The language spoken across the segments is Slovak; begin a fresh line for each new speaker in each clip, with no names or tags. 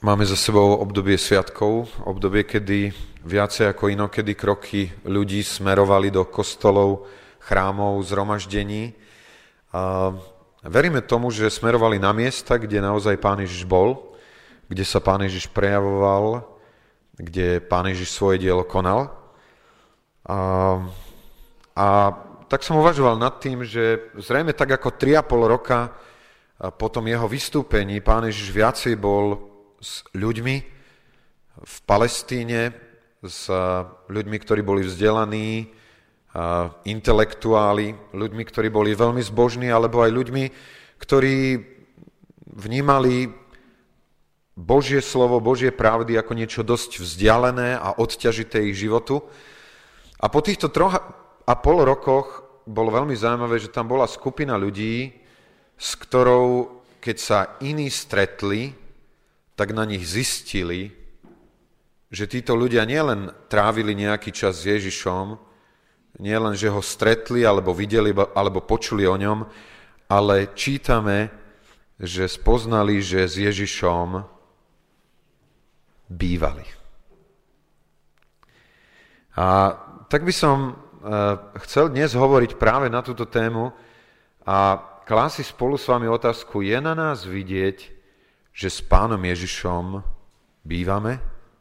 Máme za sebou obdobie sviatkov, obdobie, kedy viacej ako inokedy kroky ľudí smerovali do kostolov, chrámov, zhromaždení. Veríme tomu, že smerovali na miesta, kde naozaj Pán Ježiš bol, kde sa Pán Ježiš prejavoval, kde Pán Ježiš svoje dielo konal. A tak som uvažoval nad tým, že zrejme tak ako 3,5 roka po tom jeho vystúpení Pán Ježiš viacej bol s ľuďmi v Palestíne, s ľuďmi, ktorí boli vzdelaní, intelektuáli, ľuďmi, ktorí boli veľmi zbožní, alebo aj ľuďmi, ktorí vnímali Božie slovo, Božie pravdy ako niečo dosť vzdialené a odťažité ich životu. A po týchto 3,5 rokoch bolo veľmi zaujímavé, že tam bola skupina ľudí, s ktorou, keď sa iní stretli, tak na nich zistili, že títo ľudia nielen trávili nejaký čas s Ježišom, nielen, že ho stretli, alebo videli, alebo počuli o ňom, ale čítame, že spoznali, že s Ježišom bývali. A tak by som chcel dnes hovoriť práve na túto tému a klásť si spolu s vami otázku, je na nás vidieť, že s Pánom Ježišom bývame?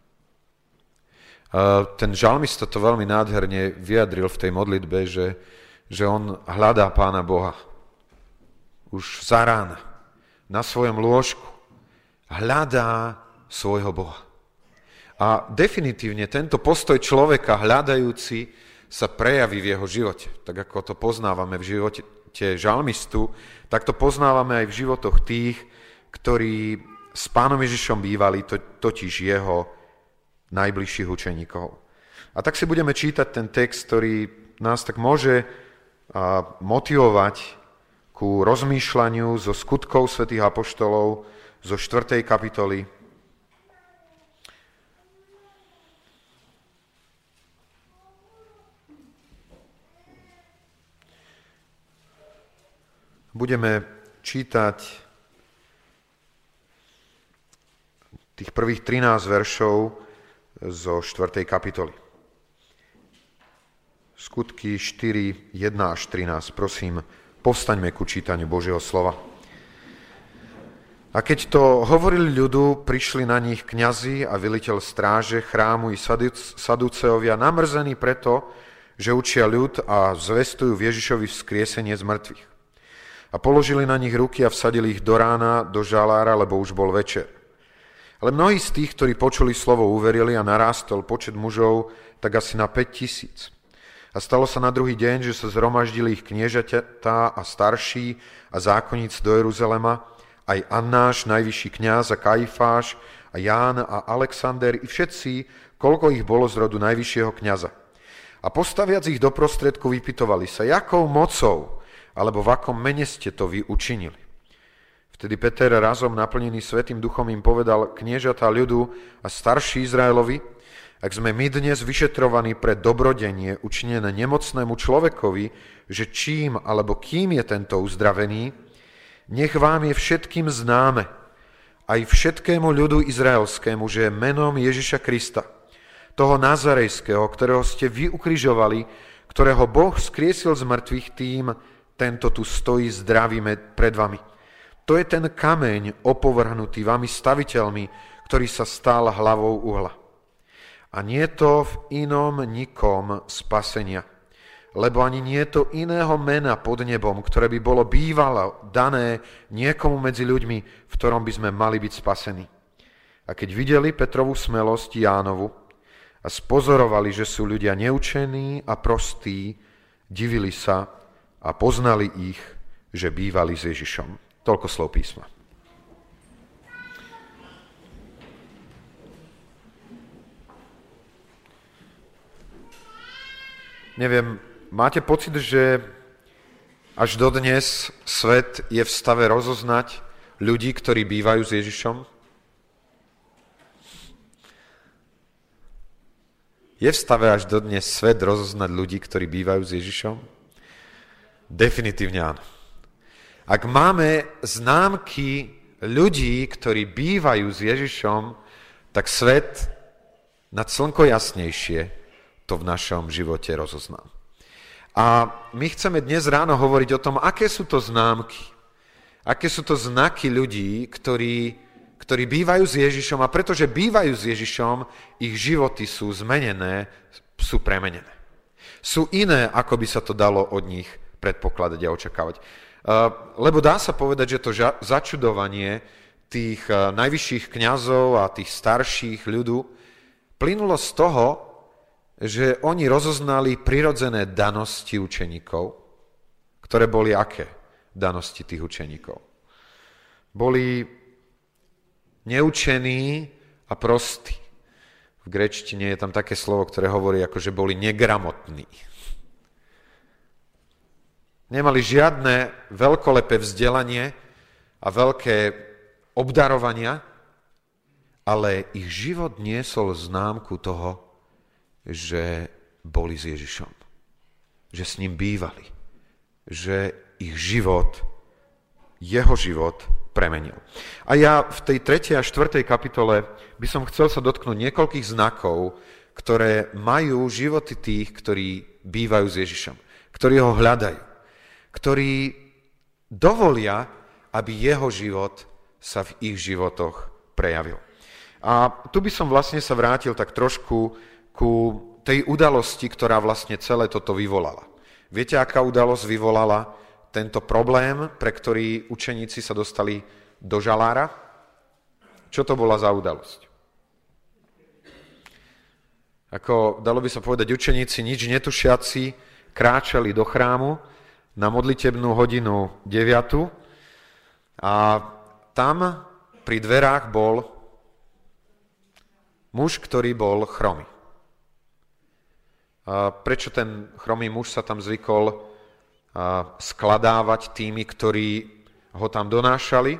Ten žalmista to veľmi nádherne vyjadril v tej modlitbe, že on hľadá Pána Boha. Už za rána, na svojom lôžku, hľadá svojho Boha. A definitívne tento postoj človeka hľadajúci sa prejaví v jeho živote. Tak ako to poznávame v živote žalmistu, tak to poznávame aj v životoch tých, ktorí s Pánom Ježišom bývali, totiž jeho najbližších učeníkov. A tak si budeme čítať ten text, ktorý nás tak môže motivovať ku rozmýšľaniu zo skutkov svätých apoštolov, zo 4. kapitoly. Budeme čítať tých prvých 13 veršov zo 4. kapitoly. Skutky 4, 1 až 13. Prosím, povstaňme ku čítaniu Božieho slova. A keď to hovorili ľudu, prišli na nich kňazi a veliteľ stráže chrámu i saduceovia, namrzení preto, že učia ľud a zvestujú Ježišovi vzkriesenie z mŕtvych. A položili na nich ruky a vsadili ich do rána, do žalára, lebo už bol večer. Ale mnohí z tých, ktorí počuli slovo, uverili a narástol počet mužov tak asi na 5,000. A stalo sa na druhý deň, že sa zhromaždili ich kniežatá a starší a zákonníci do Jeruzalema, aj Annáš, najvyšší kňaz, a Kajfáš, a Ján a Alexander, i všetci, koľko ich bolo z rodu najvyššieho kňaza. A postaviac ich do prostredku vypytovali sa, jakou mocou, alebo v akom mene ste to vy učinili. Vtedy Peter razom naplnený Svätým Duchom im povedal, kniežatá ľudu a starší Izraelovi, ak sme my dnes vyšetrovaní pre dobrodenie učinené nemocnému človekovi, že čím alebo kým je tento uzdravený, nech vám je všetkým známe, aj všetkému ľudu izraelskému, že menom Ježiša Krista, toho Nazarejského, ktorého ste vy ukrižovali, ktorého Boh skriesil z mŕtvych, tým tento tu stojí zdravý pred vami. To je ten kameň opovrhnutý vami staviteľmi, ktorý sa stal hlavou uhla. A nie je to v inom nikom spasenia, lebo ani nie je to iného mena pod nebom, ktoré by bolo bývalo dané niekomu medzi ľuďmi, v ktorom by sme mali byť spasení. A keď videli Petrovú smelosť Jánovu a spozorovali, že sú ľudia neučení a prostí, divili sa a poznali ich, že bývali s Ježišom. Toľko slov písma. Neviem, máte pocit, že až dodnes svet je v stave rozoznať ľudí, ktorí bývajú s Ježišom? Je v stave až dodnes svet rozoznať ľudí, ktorí bývajú s Ježišom? Definitívne áno. Ak máme známky ľudí, ktorí bývajú s Ježišom, tak svet nad slnko jasnejšie to v našom živote rozozná. A my chceme dnes ráno hovoriť o tom, aké sú to známky, aké sú to znaky ľudí, ktorí bývajú s Ježišom a pretože bývajú s Ježišom, ich životy sú zmenené, sú premenené. Sú iné, ako by sa to dalo od nich predpokladať a očakávať. Lebo dá sa povedať, že to začudovanie tých najvyšších kňazov a tých starších ľudu plynulo z toho, že oni rozoznali prirodzené danosti učeníkov, ktoré boli aké danosti tých učeníkov? Boli neučení a prostí. V gréčtine je tam také slovo, ktoré hovorí, ako že boli negramotní. Nemali žiadne veľkolepé vzdelanie a veľké obdarovania, ale ich život niesol známku toho, že boli s Ježišom, že s ním bývali, že ich život, jeho život premenil. A ja v tej 3. a 4. kapitole by som chcel sa dotknúť niekoľkých znakov, ktoré majú životy tých, ktorí bývajú s Ježišom, ktorí ho hľadajú, ktorí dovolia, aby jeho život sa v ich životoch prejavil. A tu by som vlastne sa vrátil tak trošku ku tej udalosti, ktorá vlastne celé toto vyvolala. Viete, aká udalosť vyvolala tento problém, pre ktorý učeníci sa dostali do žalára? Čo to bola za udalosť? Ako dalo by sa povedať, učeníci nič netušiaci kráčali do chrámu na modlitebnú hodinu 9. A tam pri dverách bol muž, ktorý bol chromý. A prečo ten chromý muž sa tam zvykol skladávať tými, ktorí ho tam donášali?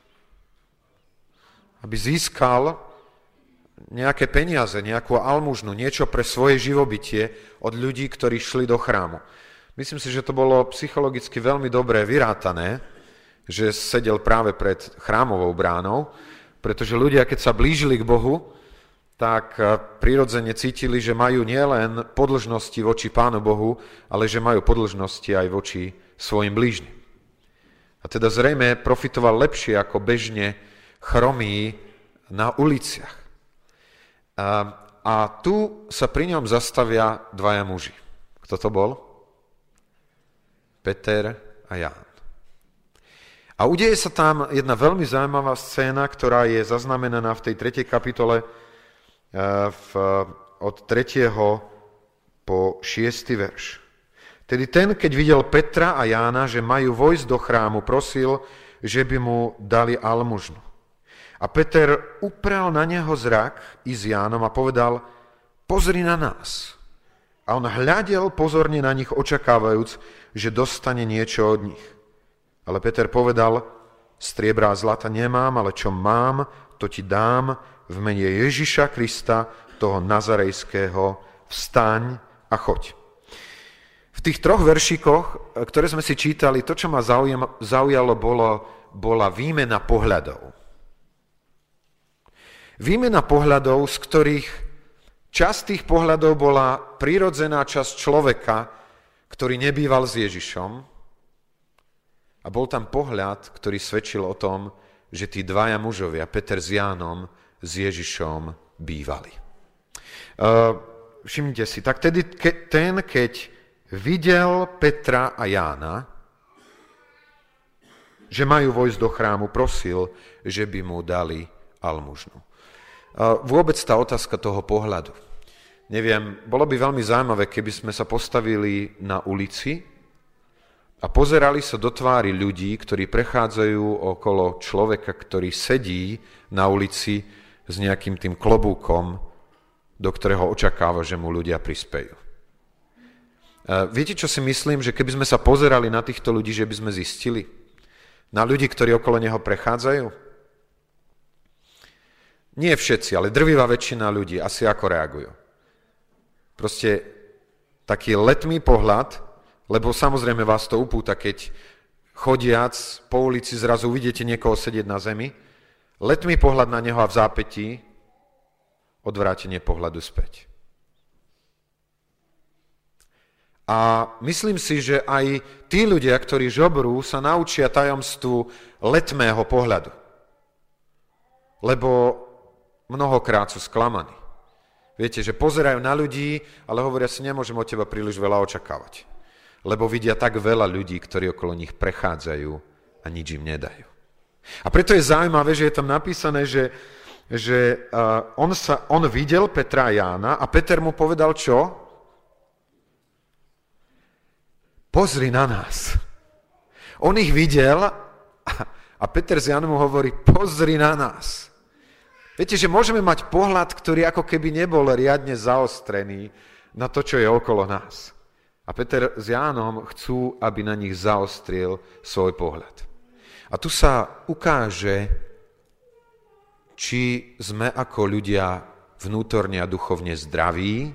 Aby získal nejaké peniaze, nejakú almužnu, niečo pre svoje živobytie od ľudí, ktorí šli do chrámu. Myslím si, že to bolo psychologicky veľmi dobre vyrátané, že sedel práve pred chrámovou bránou, pretože ľudia, keď sa blížili k Bohu, tak prirodzene cítili, že majú nielen podĺžnosti voči Pánu Bohu, ale že majú podĺžnosti aj voči svojim blížnym. A teda zrejme profitoval lepšie ako bežne chromý na uliciach. A tu sa pri ňom zastavia dvaja muži. Kto to bol? Peter a Ján. A udeje sa tam jedna veľmi zaujímavá scéna, ktorá je zaznamenaná v tej 3. kapitole od 3. po 6. verš. Tedy ten, keď videl Petra a Jána, že majú vojsť do chrámu, prosil, že by mu dali almužnu. A Peter uprel na neho zrak i s Jánom a povedal, pozri na nás. A on hľadel pozorne na nich, očakávajúc, že dostane niečo od nich. Ale Peter povedal, striebra a zlata nemám, ale čo mám, to ti dám v mene Ježiša Krista, toho Nazarejského, vstaň a choď. V tých 3 veršíkoch, ktoré sme si čítali, to, čo ma zaujalo, bola výmena pohľadov. Výmena pohľadov, z ktorých časť tých pohľadov bola prirodzená časť človeka, ktorý nebýval s Ježišom. A bol tam pohľad, ktorý svedčil o tom, že tí dvaja mužovia, Peter s Jánom, s Ježišom bývali. Všimnite si, tak tedy ten, keď videl Petra a Jána, že majú vojsť do chrámu, prosil, že by mu dali almužnu. Vôbec tá otázka toho pohľadu. Neviem, bolo by veľmi zaujímavé, keby sme sa postavili na ulici a pozerali sa do tvári ľudí, ktorí prechádzajú okolo človeka, ktorý sedí na ulici s nejakým tým klobúkom, do ktorého očakáva, že mu ľudia prispejú. Viete, čo si myslím? Že keby sme sa pozerali na týchto ľudí, že by sme zistili? Na ľudí, ktorí okolo neho prechádzajú? Nie všetci, ale drvivá väčšina ľudí asi ako reagujú. Proste taký letmý pohľad, lebo samozrejme vás to upúta, keď chodiac po ulici zrazu uvidíte niekoho sedieť na zemi, letmý pohľad na neho a v zápätí odvrátenie pohľadu späť. A myslím si, že aj tí ľudia, ktorí žobrú, sa naučia tajomstvu letmého pohľadu. Lebo mnohokrát sú sklamaní. Viete, že pozerajú na ľudí, ale hovoria si, nemôžem od teba príliš veľa očakávať. Lebo vidia tak veľa ľudí, ktorí okolo nich prechádzajú a nič im nedajú. A preto je zaujímavé, že je tam napísané, že on videl Petra a Jána a Peter mu povedal čo? Pozri na nás. On ich videl a Peter s Jánom mu hovorí, pozri na nás. Viete, že môžeme mať pohľad, ktorý ako keby nebol riadne zaostrený na to, čo je okolo nás. A Peter s Jánom chcú, aby na nich zaostril svoj pohľad. A tu sa ukáže, či sme ako ľudia vnútorne a duchovne zdraví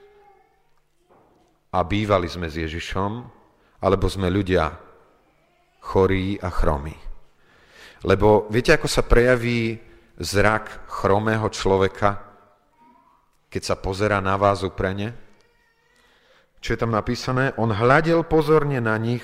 a bývali sme s Ježišom, alebo sme ľudia chorí a chromí. Lebo viete, ako sa prejaví zrak chromého človeka, keď sa pozerá na vás uprene? Čo je tam napísané? On hľadel pozorne na nich,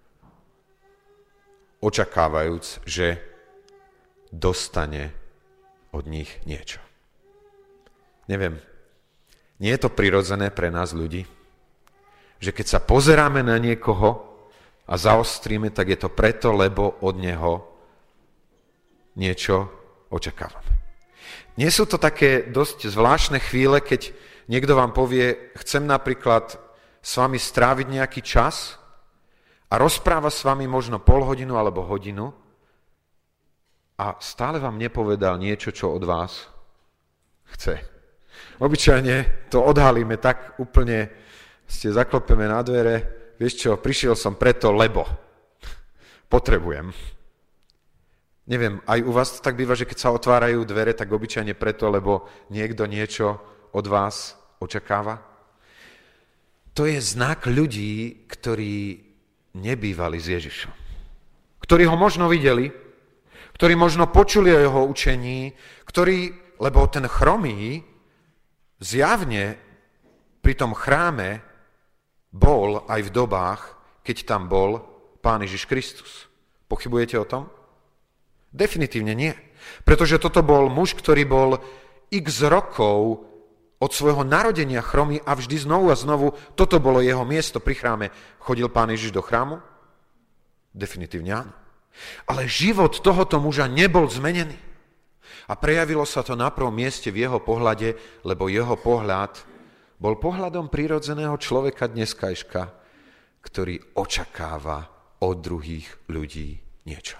očakávajúc, že dostane od nich niečo. Neviem, nie je to prirodzené pre nás ľudí? Že keď sa pozeráme na niekoho a zaostríme, tak je to preto, lebo od neho niečo očakávame. Nie sú to také dosť zvláštne chvíle, keď niekto vám povie, chcem napríklad s vami stráviť nejaký čas a rozpráva s vami možno pol hodinu alebo hodinu a stále vám nepovedal niečo, čo od vás chce. Obyčajne to odhalíme tak úplne, zaklopeme na dvere, vieš čo, prišiel som preto, lebo potrebujem. Neviem, aj u vás to tak býva, že keď sa otvárajú dvere, tak obyčajne preto, lebo niekto niečo od vás očakáva. To je znak ľudí, ktorí nebývali s Ježišom. Ktorí ho možno videli, ktorí možno počuli o jeho učení, lebo ten chromý zjavne pri tom chráme bol aj v dobách, keď tam bol Pán Ježiš Kristus. Pochybujete o tom? Definitívne nie. Pretože toto bol muž, ktorý bol x rokov od svojho narodenia chromý a vždy znovu a znovu toto bolo jeho miesto pri chráme. Chodil Pán Ježiš do chrámu? Definitívne áno. Ale život tohoto muža nebol zmenený. A prejavilo sa to na prvom mieste v jeho pohľade, lebo jeho pohľad bol pohľadom prirodzeného človeka dneskajška, ktorý očakáva od druhých ľudí niečo.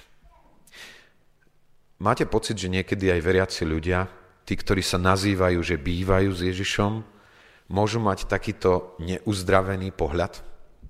Máte pocit, že niekedy aj veriaci ľudia, tí, ktorí sa nazývajú, že bývajú s Ježišom, môžu mať takýto neuzdravený pohľad?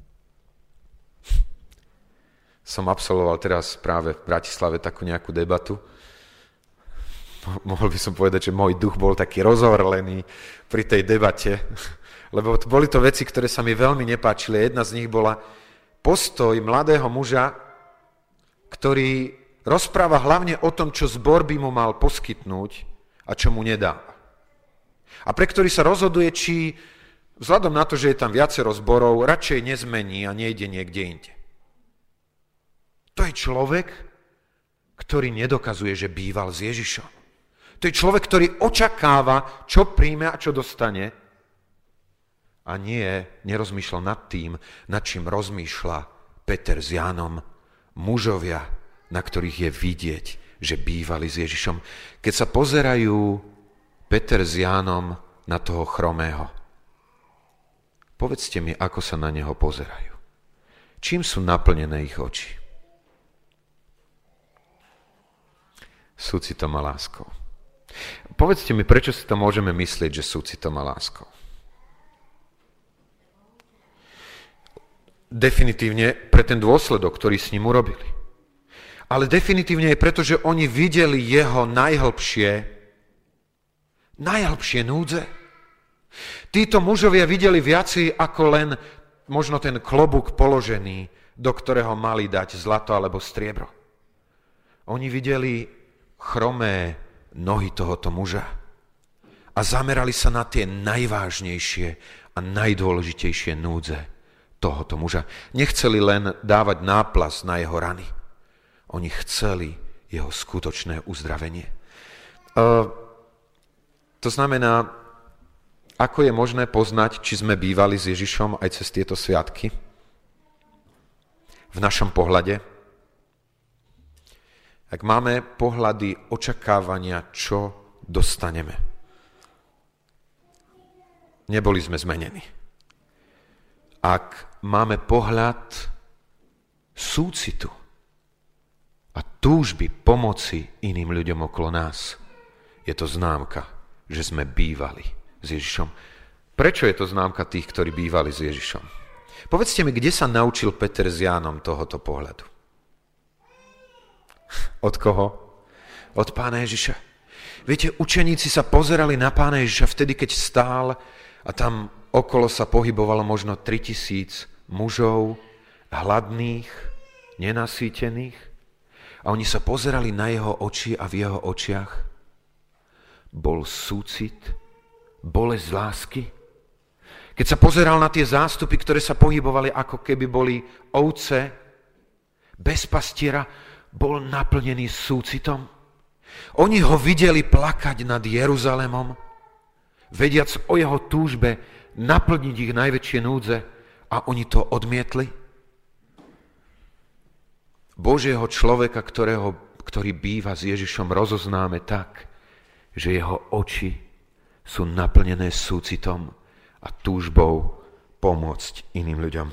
Som absolvoval teraz práve v Bratislave takú nejakú debatu. Mohol by som povedať, že môj duch bol taký rozhorlený pri tej debate, lebo boli to veci, ktoré sa mi veľmi nepáčili. Jedna z nich bola postoj mladého muža, ktorý rozpráva hlavne o tom, čo zbor by mu mal poskytnúť a čo mu nedáva. A pre ktorý sa rozhoduje, či vzhľadom na to, že je tam viacero zborov, radšej nezmení a nejde niekde inde. To je človek, ktorý nedokazuje, že býval s Ježišom. To je človek, ktorý očakáva, čo príjme a čo dostane a nerozmýšľa nad tým, nad čím rozmýšľa Peter s Jánom, mužovia, na ktorých je vidieť, že bývali s Ježišom. Keď sa pozerajú Peter s Jánom na toho chromého, povedzte mi, ako sa na neho pozerajú. Čím sú naplnené ich oči? Súcitom a láskou. Povedzte mi, prečo si to môžeme myslieť, že súcitom a láskou? Definitívne pre ten dôsledok, ktorý s ním urobili. Ale definitívne aj preto, že oni videli jeho najhlbšie núdze. Títo mužovia videli viacej ako len možno ten klobúk položený do ktorého mali dať zlato alebo striebro. Oni videli chromé nohy tohoto muža a zamerali sa na tie najvážnejšie a najdôležitejšie núdze tohoto muža. Nechceli len dávať náplas na jeho rany. Oni chceli jeho skutočné uzdravenie. To znamená, ako je možné poznať, či sme bývali s Ježišom aj cez tieto sviatky? V našom pohľade. Ak máme pohľady očakávania, čo dostaneme. Neboli sme zmenení. Ak máme pohľad súcitu a túžby pomoci iným ľuďom okolo nás, je to známka, že sme bývali s Ježišom. Prečo je to známka tých, ktorí bývali s Ježišom? Povedzte mi, kde sa naučil Peter s Jánom tohoto pohľadu? Od koho? Od Pána Ježiša. Viete, učeníci sa pozerali na Pána Ježiša vtedy, keď stál a tam okolo sa pohybovalo možno 3000 mužov, hladných, nenasýtených. A oni sa pozerali na jeho oči a v jeho očiach bol súcit, bolesť lásky. Keď sa pozeral na tie zástupy, ktoré sa pohybovali ako keby boli ovce, bez pastiera, bol naplnený súcitom. Oni ho videli plakať nad Jeruzalémom, vediac o jeho túžbe naplniť ich najväčšie núdze, a oni to odmietli. Božieho človeka, ktorý býva s Ježišom, rozoznáme tak, že jeho oči sú naplnené súcitom a túžbou pomôcť iným ľuďom.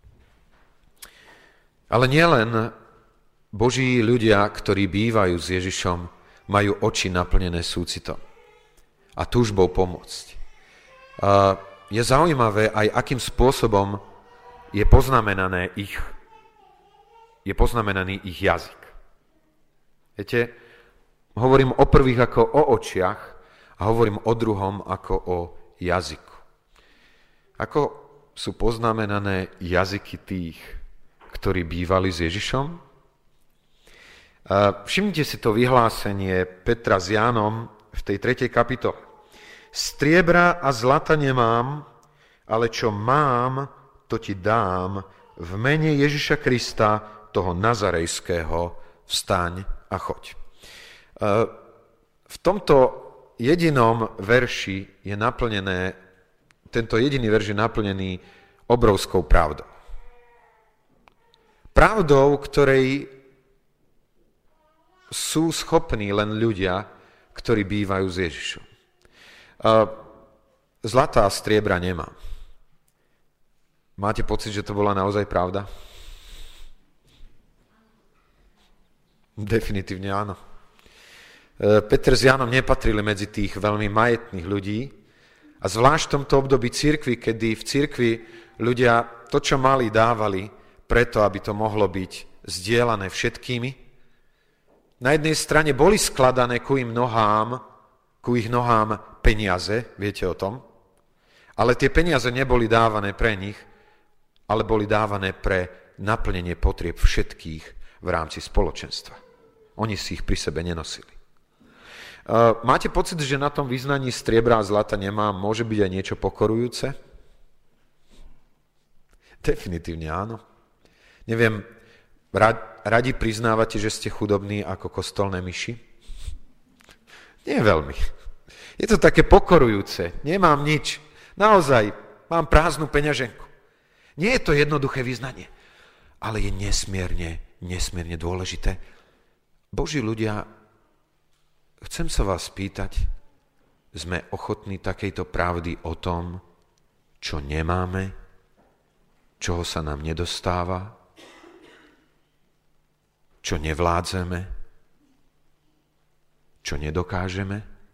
Ale nielen Boží ľudia, ktorí bývajú s Ježišom, majú oči naplnené súcitom a túžbou pomôcť. Je zaujímavé aj, akým spôsobom je poznamenaný ich jazyk. Viete, hovorím o prvých ako o očiach a hovorím o druhom ako o jazyku. Ako sú poznamenané jazyky tých, ktorí bývali s Ježišom? Všimnite si to vyhlásenie Petra s Jánom v tej 3. kapitole. Striebra a zlata nemám, ale čo mám, to ti dám v mene Ježiša Krista, toho Nazarejského, vstaň a choď. V tomto jedinom verši je naplnené, tento jediný verš je naplnený obrovskou pravdou. Pravdou, ktorej sú schopní len ľudia, ktorí bývajú s Ježišom. Zlata a striebra nemám. Máte pocit, že to bola naozaj pravda? Definitívne áno. Peter s Jánom nepatrili medzi tých veľmi majetných ľudí a zvlášť v tomto období cirkvi, kedy v cirkvi ľudia to, čo mali, dávali preto, aby to mohlo byť zdieľané všetkými. Na jednej strane boli skladané ku ich nohám peniaze, viete o tom, ale tie peniaze neboli dávané pre nich, ale boli dávané pre naplnenie potrieb všetkých v rámci spoločenstva. Oni si ich pri sebe nenosili. Máte pocit, že na tom vyznaní striebra a zlata nemám, môže byť aj niečo pokorujúce? Definitívne áno. Neviem, radi priznávate, že ste chudobní ako kostolné myši? Nie veľmi. Je to také pokorujúce. Nemám nič. Naozaj, mám prázdnu peňaženku. Nie je to jednoduché vyznanie, ale je nesmierne dôležité. Boží ľudia, chcem sa vás spýtať, sme ochotní takejto pravdy o tom, čo nemáme, čoho sa nám nedostáva, čo nevládzeme, čo nedokážeme?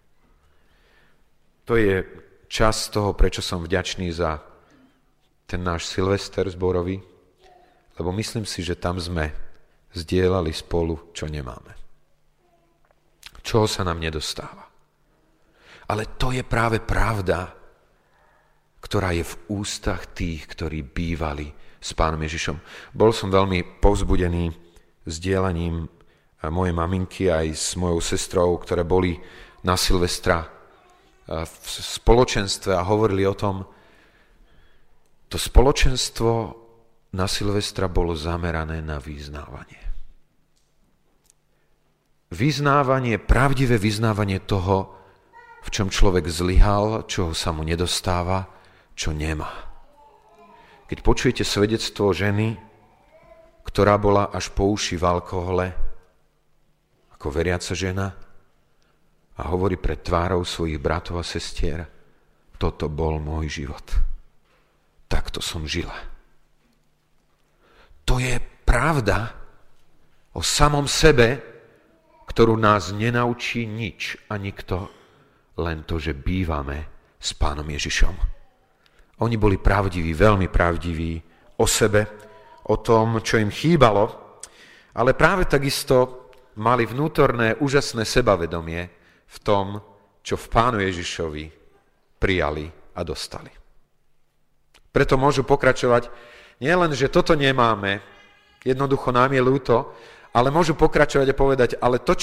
To je čas toho, prečo som vďačný za ten náš Silvester zborový, lebo myslím si, že tam sme zdieľali spolu, čo nemáme. Čoho sa nám nedostáva. Ale to je práve pravda, ktorá je v ústach tých, ktorí bývali s Pánom Ježišom. Bol som veľmi povzbudený sdielaním mojej maminky aj s mojou sestrou, ktoré boli na Silvestra v spoločenstve a hovorili o tom, to spoločenstvo na Silvestra bolo zamerané na vyznávanie. Vyznávanie, pravdivé vyznávanie toho, v čom človek zlyhal, čoho sa mu nedostáva, čo nemá. Keď počujete svedectvo ženy, ktorá bola až po uši v alkohole, ako veriaca žena, a hovorí pred tvárou svojich bratov a sestier, toto bol môj život. Takto som žila. To je pravda o samom sebe, ktorú nás nenaučí nič a nikto, len to, že bývame s Pánom Ježišom. Oni boli pravdiví, veľmi pravdiví o sebe, o tom, čo im chýbalo, ale práve takisto mali vnútorné, úžasné sebavedomie v tom, čo v Pánu Ježišovi prijali a dostali. Preto môžu pokračovať, nielen, že toto nemáme, jednoducho nám je ľúto, ale môžu pokračovať a povedať, ale to,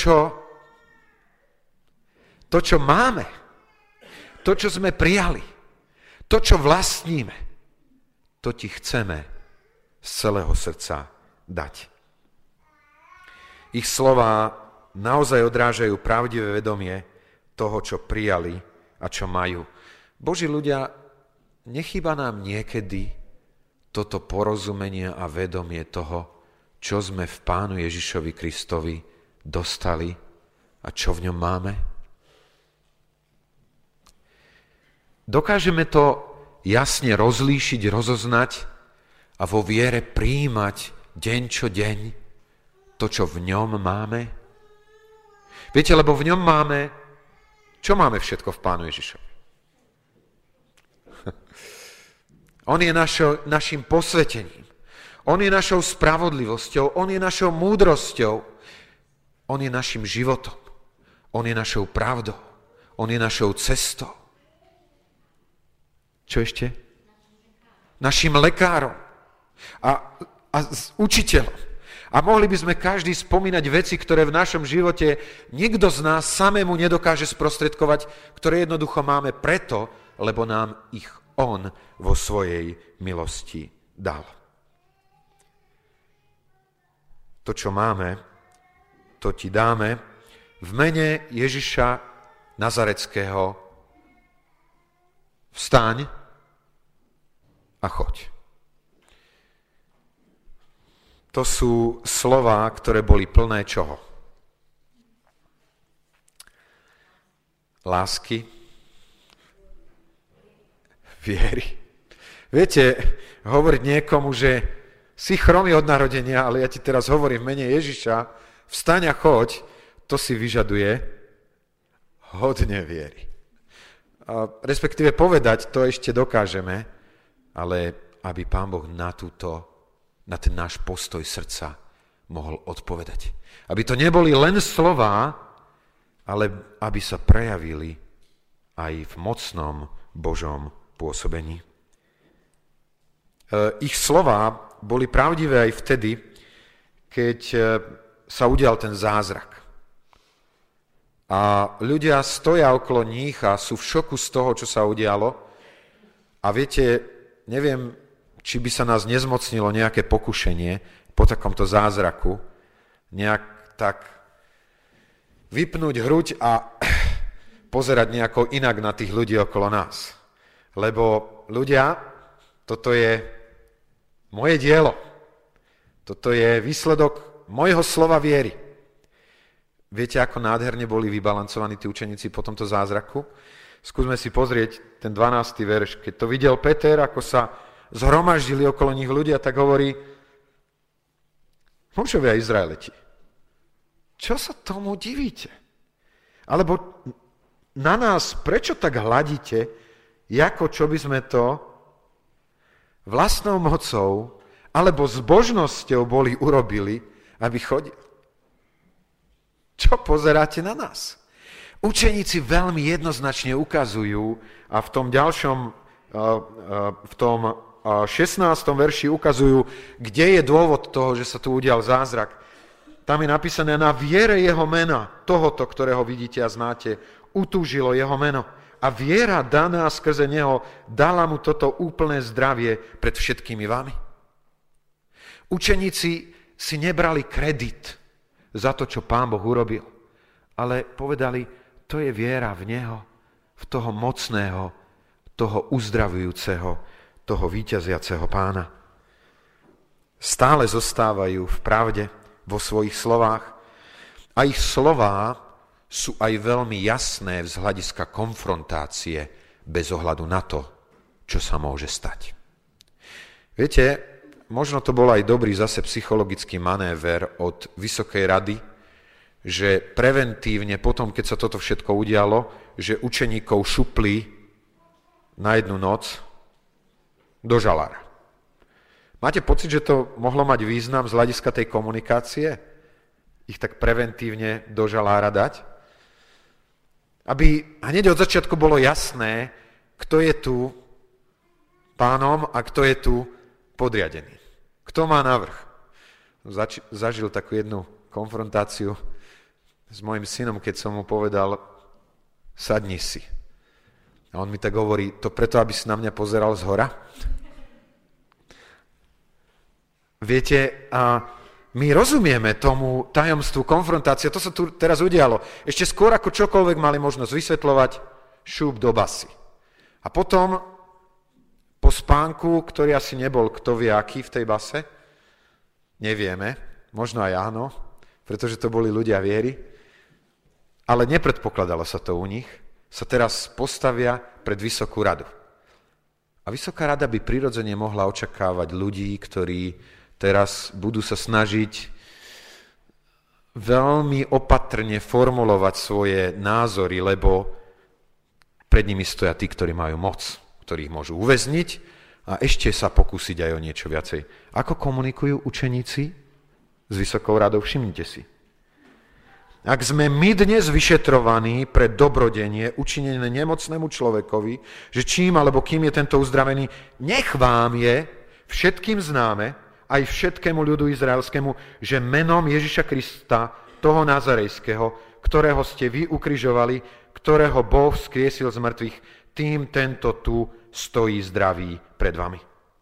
čo máme, to, čo sme prijali, to, čo vlastníme, to ti chceme z celého srdca dať. Ich slová naozaj odrážajú pravdivé vedomie toho, čo prijali a čo majú. Boží ľudia, nechýba nám niekedy toto porozumenie a vedomie toho, čo sme v Pánu Ježišovi Kristovi dostali a čo v ňom máme? Dokážeme to jasne rozlíšiť, rozoznať a vo viere prijímať deň čo deň to, čo v ňom máme? Viete, lebo v ňom máme, čo máme všetko v Pánu Ježišovi? On je našim posvetením. On je našou spravodlivosťou. On je našou múdrosťou. On je našim životom. On je našou pravdou. On je našou cestou. Čo ešte? Našim lekárom a učiteľom. A mohli by sme každý spomínať veci, ktoré v našom živote nikto z nás samému nedokáže sprostredkovať, ktoré jednoducho máme preto, lebo nám ich on vo svojej milosti dal. To, čo máme, to ti dáme v mene Ježiša Nazareckého. Vstaň a choď. To sú slová, ktoré boli plné čoho? Lásky, viery. Viete, hovoriť niekomu, že si chromý od narodenia, ale ja ti teraz hovorím v mene Ježiša, vstaň a choď, to si vyžaduje hodne viery. A respektíve povedať, to ešte dokážeme, ale aby Pán Boh na ten náš postoj srdca mohol odpovedať. Aby to neboli len slová, ale aby sa prejavili aj v mocnom Božom pôsobení. Ich slová boli pravdivé aj vtedy, keď sa udial ten zázrak. A ľudia stoja okolo nich a sú v šoku z toho, čo sa udialo. A viete, neviem, či by sa nás nezmocnilo nejaké pokušenie po takomto zázraku, nejak tak vypnúť hruď a pozerať nejako inak na tých ľudí okolo nás. Lebo ľudia, toto je moje dielo. Toto je výsledok mojho slova viery. Viete, ako nádherne boli vybalancovaní tí učeníci po tomto zázraku? Skúsme si pozrieť ten 12. verš. Keď to videl Peter, ako sa zhromaždili okolo nich ľudia, tak hovorí: mužovia Izraeliti, čo sa tomu divíte? Alebo na nás prečo tak hladíte, ako čo by sme to vlastnou mocou alebo zbožnosťou boli urobili, aby chodil? Čo pozeráte na nás? Učeníci veľmi jednoznačne ukazujú a v tom ďalšom, v tom 16. verši ukazujú, kde je dôvod toho, že sa tu udial zázrak. Tam je napísané, na viere jeho mena, tohoto, ktorého vidíte a znáte, utúžilo jeho meno. A viera daná skrze neho dala mu toto úplné zdravie pred všetkými vami. Učeníci si nebrali kredit za to, čo Pán Boh urobil, ale povedali, to je viera v neho, v toho mocného, toho uzdravujúceho, toho víťaziaceho Pána. Stále zostávajú v pravde vo svojich slovách a ich slová sú aj veľmi jasné z hľadiska konfrontácie bez ohľadu na to, čo sa môže stať. Viete, možno to bol aj dobrý zase psychologický manéver od Vysokej rady, že preventívne potom, keď sa toto všetko udialo, že učeníkov šupli na jednu noc do žalára. Máte pocit, že to mohlo mať význam z hľadiska tej komunikácie? Ich tak preventívne do žalára dať? Aby hneď od začiatku bolo jasné, kto je tu pánom a kto je tu podriadený. Kto má navrch? Zažil takú jednu konfrontáciu s mojim synom, keď som mu povedal, sadni si. A on mi tak hovorí, to preto, aby si na mňa pozeral zhora? Viete, a my rozumieme tomu tajomstvu konfrontácie, to sa tu teraz udialo. Ešte skôr ako čokoľvek mali možnosť vysvetľovať, šup do basy. A potom, po spánku, ktorý asi nebol kto vie aký v tej base, nevieme, možno aj áno, pretože to boli ľudia viery, ale nepredpokladalo sa to u nich, sa teraz postavia pred Vysokú radu. A Vysoká rada by prirodzene mohla očakávať ľudí, ktorí teraz budú sa snažiť veľmi opatrne formulovať svoje názory, lebo pred nimi stoja tí, ktorí majú moc, ktorých môžu uväzniť a ešte sa pokúsiť aj o niečo viacej. Ako komunikujú učeníci s Vysokou radou? Všimnite si. Ak sme my dnes vyšetrovaní pre dobrodenie učinené nemocnému človekovi, že čím alebo kým je tento uzdravený, nech vám je všetkým známe, aj všetkému ľudu izraelskému, že menom Ježiša Krista, toho Nazarejského, ktorého ste vy ukrižovali, ktorého Boh vzkriesil z mŕtvych, tým tento tu stojí zdravý pred vami.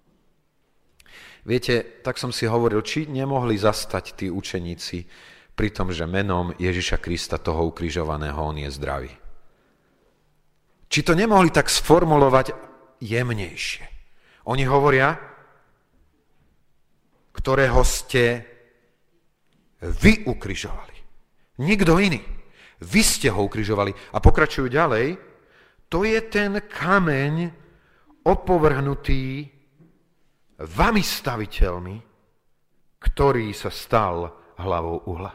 Viete, tak som si hovoril, či nemohli zastať tí učeníci pri tom, že menom Ježiša Krista, toho ukrižovaného, on je zdravý. Či to nemohli tak sformulovať jemnejšie. Oni hovoria, ktorého ste vy ukrižovali. Nikto iný. Vy ste ho ukrižovali. A pokračujú ďalej. To je ten kameň opovrhnutý vami staviteľmi, ktorý sa stal hlavou uhla.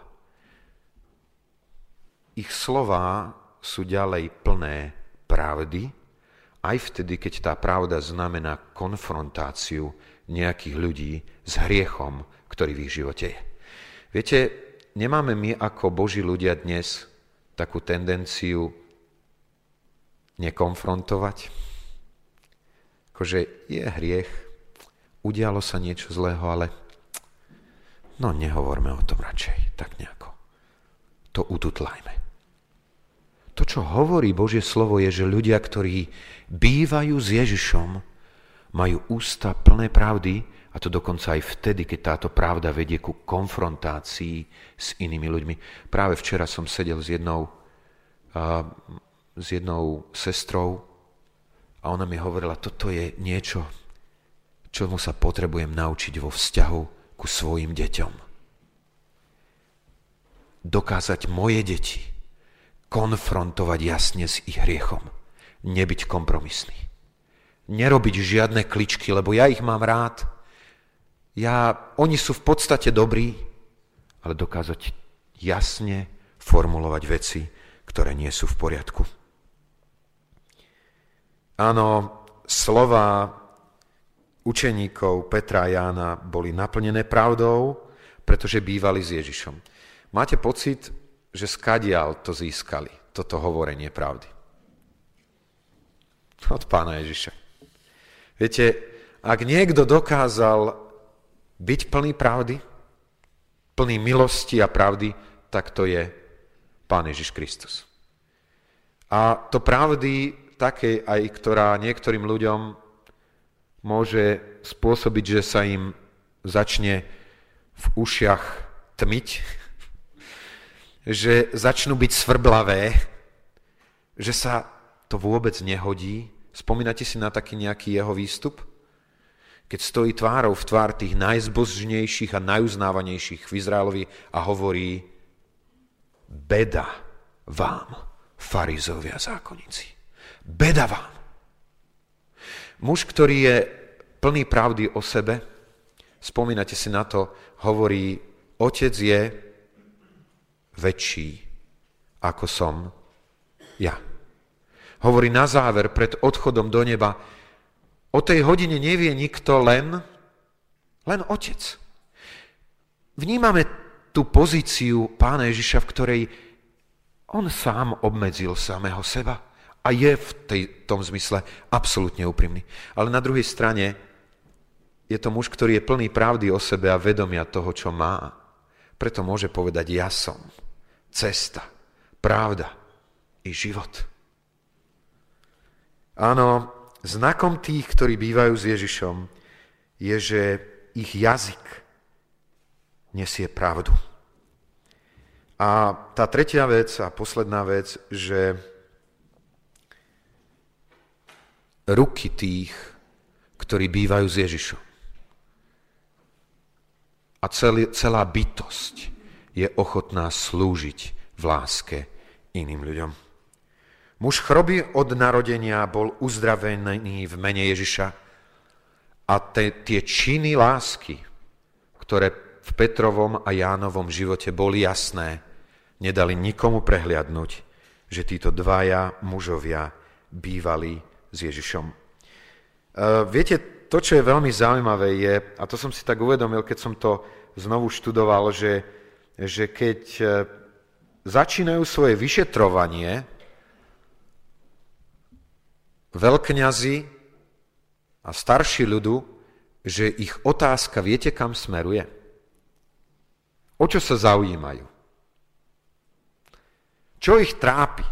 Ich slová sú ďalej plné pravdy, aj vtedy, keď tá pravda znamená konfrontáciu nejakých ľudí s hriechom, ktorý v ich živote je. Viete, nemáme my ako Boží ľudia dnes takú tendenciu nekonfrontovať? Akože je hriech, udialo sa niečo zlého, ale no nehovorme o tom radšej, tak nejako. To ututlajme. To, čo hovorí Božie slovo, je, že ľudia, ktorí bývajú s Ježišom, majú ústa plné pravdy, a to dokonca aj vtedy, keď táto pravda vedie ku konfrontácii s inými ľuďmi. Práve včera som sedel s jednou sestrou a ona mi hovorila, toto je niečo, čomu sa potrebujem naučiť vo vzťahu ku svojim deťom. Dokázať moje deti konfrontovať jasne s ich hriechom. Nebyť kompromisný. Nerobiť žiadne kličky, lebo ja ich mám rád. Oni sú v podstate dobrí, ale dokázať jasne formulovať veci, ktoré nie sú v poriadku. Áno, slova učeníkov Petra a Jána boli naplnené pravdou, pretože bývali s Ježišom. Máte pocit, že skadiaľ to získali, toto hovorenie pravdy? Od Pána Ježiša. Viete, Ak niekto dokázal byť plný pravdy, plný milosti a pravdy, tak to je Pán Ježiš Kristus. A to pravdy takej aj, ktorá niektorým ľuďom môže spôsobiť, že sa im začne v ušiach tmiť, že začnú byť svrblavé, že sa to vôbec nehodí. Spomínate si na taký nejaký jeho výstup? Keď stojí tvárou v tvár tých najzbožnejších a najuznávanejších v Izraelovi a hovorí: beda vám, farizovia zákonníci. Beda vám. Muž, ktorý je plný pravdy o sebe, spomínate si na to, hovorí: Otec je väčší, ako som ja. Hovorí na záver, pred odchodom do neba: o tej hodine nevie nikto, len Otec. Vnímame tú pozíciu Pána Ježiša, v ktorej on sám obmedzil samého seba a je v tom zmysle absolútne úprimný. Ale na druhej strane je to muž, ktorý je plný pravdy o sebe a vedomia toho, čo má. Preto môže povedať: ja som cesta, pravda i život. Áno, znakom tých, ktorí bývajú s Ježišom, je, že ich jazyk nesie pravdu. A tá tretia vec a posledná vec, že ruky tých, ktorí bývajú s Ježišom a celá bytosť je ochotná slúžiť v láske iným ľuďom. Muž chroby od narodenia bol uzdravený v mene Ježiša a tie činy lásky, ktoré v Petrovom a Jánovom živote boli jasné, nedali nikomu prehliadnúť, že títo dvaja mužovia bývali s Ježišom. Viete, to, čo je veľmi zaujímavé je, a to som si tak uvedomil, keď som to znovu študoval, že keď začínajú svoje vyšetrovanie veľkňazi a starší ľudu, že ich otázka, viete, kam smeruje? O čo sa zaujímajú? Čo ich trápi?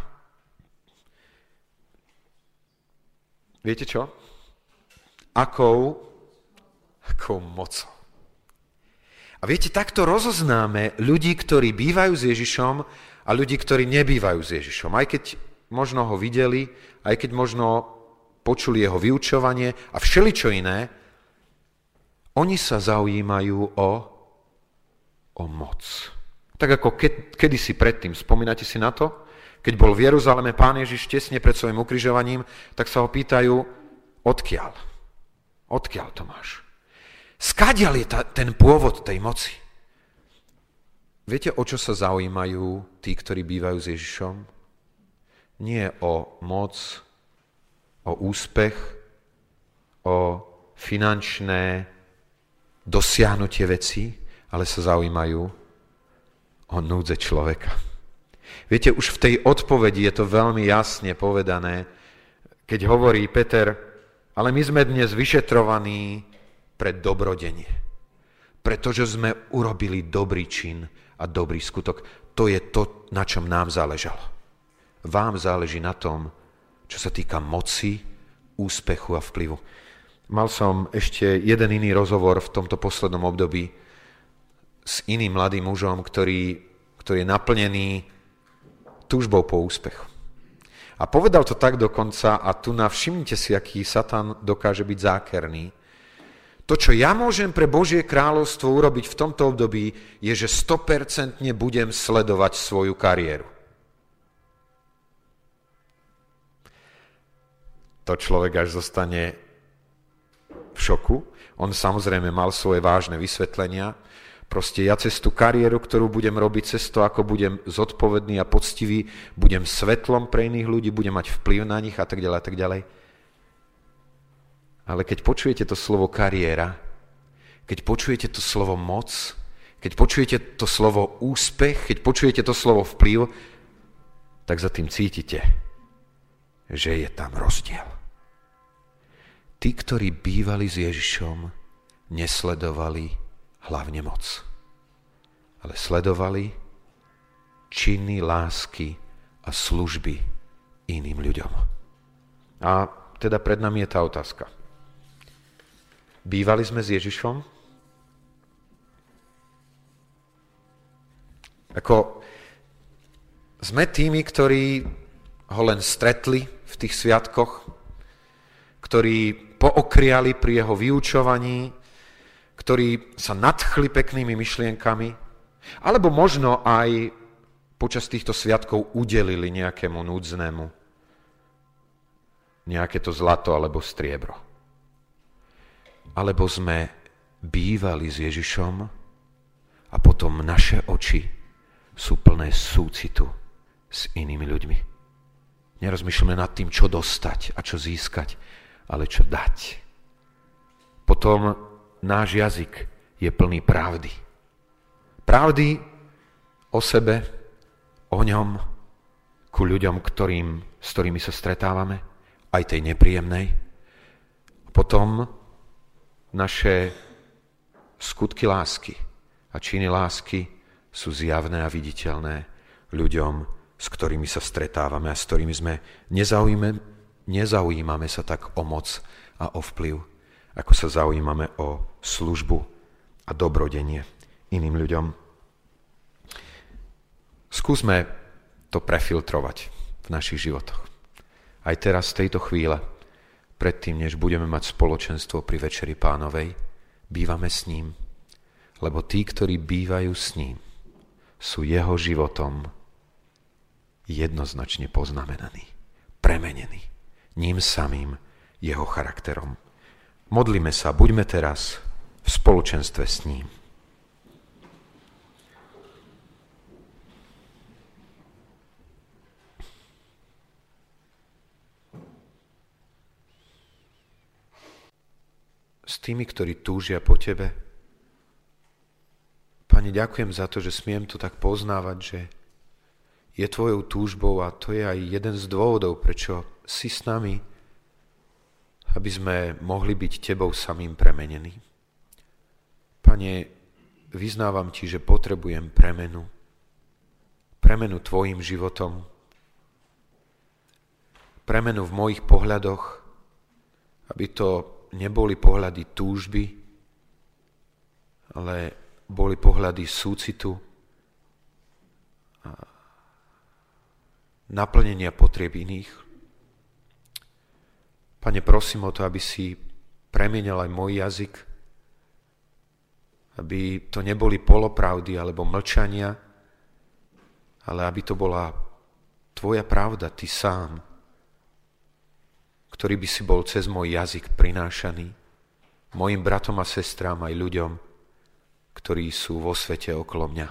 Viete čo? Akou mocou. A viete, takto rozoznáme ľudí, ktorí bývajú s Ježišom a ľudí, ktorí nebývajú s Ježišom. Aj keď možno ho videli, aj keď možno počuli jeho vyučovanie a všeličo iné, oni sa zaujímajú o moc. Tak ako kedysi predtým, spomínate si na to? Keď bol v Jeruzaleme Pán Ježiš tesne pred svojim ukrižovaním, tak sa ho pýtajú: odkiaľ? Odkiaľ to máš? Skadiaľ je ten pôvod tej moci? Viete, o čo sa zaujímajú tí, ktorí bývajú s Ježišom? Nie o moc, o úspech, o finančné dosiahnutie vecí, ale sa zaujímajú o núdze človeka. Viete, už v tej odpovedi je to veľmi jasne povedané, keď hovorí Peter: ale my sme dnes vyšetrovaní pre dobrodenie, pretože sme urobili dobrý čin a dobrý skutok. To je to, na čom nám záležalo. Vám záleží na tom, čo sa týka moci, úspechu a vplyvu. Mal som ešte jeden iný rozhovor v tomto poslednom období s iným mladým mužom, ktorý je naplnený túžbou po úspechu. A povedal to tak dokonca, a tu všimnite si, aký Satan dokáže byť zákerný. To, čo ja môžem pre Božie kráľovstvo urobiť v tomto období, je, že 100% budem sledovať svoju kariéru. To človek až zostane v šoku. On samozrejme mal svoje vážne vysvetlenia. Proste ja cez tú kariéru, ktorú budem robiť, cez to, ako budem zodpovedný a poctivý, budem svetlom pre iných ľudí, budem mať vplyv na nich a tak ďalej a tak ďalej. Ale keď počujete to slovo kariéra, keď počujete to slovo moc, keď počujete to slovo úspech, keď počujete to slovo vplyv, tak za tým cítite, že je tam rozdiel. tí, ktorí bývali s Ježišom, nesledovali hlavne moc, ale sledovali činy lásky a služby iným ľuďom. A teda pred nami je tá otázka. Bývali sme s Ježišom? Ako sme tými, ktorí ho len stretli v tých sviatkoch, ktorí pookriali pri jeho vyučovaní, ktorí sa nadchli peknými myšlienkami, alebo možno aj počas týchto sviatkov udelili nejakému núdznému nejaké to zlato alebo striebro. Alebo sme bývali s Ježišom a potom naše oči sú plné súcitu s inými ľuďmi. Nerozmýšľame nad tým, čo dostať a čo získať, ale čo dať. Potom náš jazyk je plný pravdy. Pravdy o sebe, o ňom, ku ľuďom, s ktorými sa stretávame, aj tej nepríjemnej. Potom naše skutky lásky a činy lásky sú zjavné a viditeľné ľuďom, s ktorými sa stretávame a s ktorými sme nezaujímame sa tak o moc a o vplyv, ako sa zaujímame o službu a dobrodenie iným ľuďom. Skúsme to prefiltrovať v našich životoch. Aj teraz, v tejto chvíle, predtým, než budeme mať spoločenstvo pri Večeri Pánovej, bývame s ním, lebo tí, ktorí bývajú s ním, sú jeho životom jednoznačne poznamenaní, premenení ním samým, jeho charakterom. Modlíme sa, buďme teraz v spoločenstve s ním. S tými, ktorí túžia po tebe. Pane, ďakujem za to, že smiem to tak poznávať, že je tvojou túžbou a to je aj jeden z dôvodov, prečo si s nami, aby sme mohli byť tebou samým premenení. Pane, vyznávam ti, že potrebujem premenu tvojim životom, premenu v mojich pohľadoch, aby to neboli pohľady túžby, ale boli pohľady súcitu a naplnenia potrieb iných. Pane, prosím o to, aby si premienil aj môj jazyk, aby to neboli polopravdy alebo mlčania, ale aby to bola tvoja pravda, ty sám, ktorý by si bol cez môj jazyk prinášaný mojim bratom a sestrám aj ľuďom, ktorí sú vo svete okolo mňa.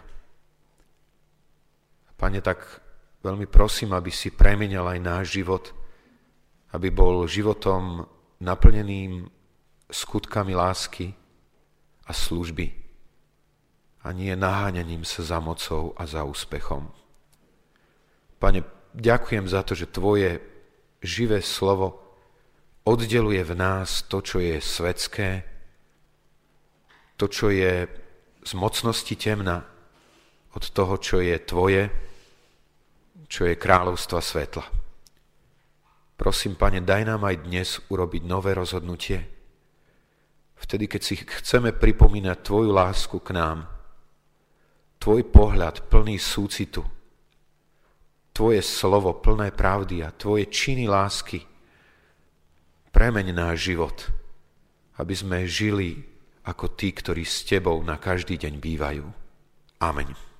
Pane, tak veľmi prosím, aby si premienil aj náš život, aby bol životom naplneným skutkami lásky a služby a nie naháňaním sa za mocou a za úspechom. Pane, ďakujem za to, že tvoje živé slovo oddeluje v nás to, čo je svetské, to, čo je z mocnosti temna, od toho, čo je tvoje, čo je kráľovstva svetla. Prosím, Pane, daj nám aj dnes urobiť nové rozhodnutie. Vtedy, keď si chceme pripomínať tvoju lásku k nám, tvoj pohľad plný súcitu, tvoje slovo plné pravdy a tvoje činy lásky, premeň náš život, aby sme žili ako tí, ktorí s tebou na každý deň bývajú. Amen.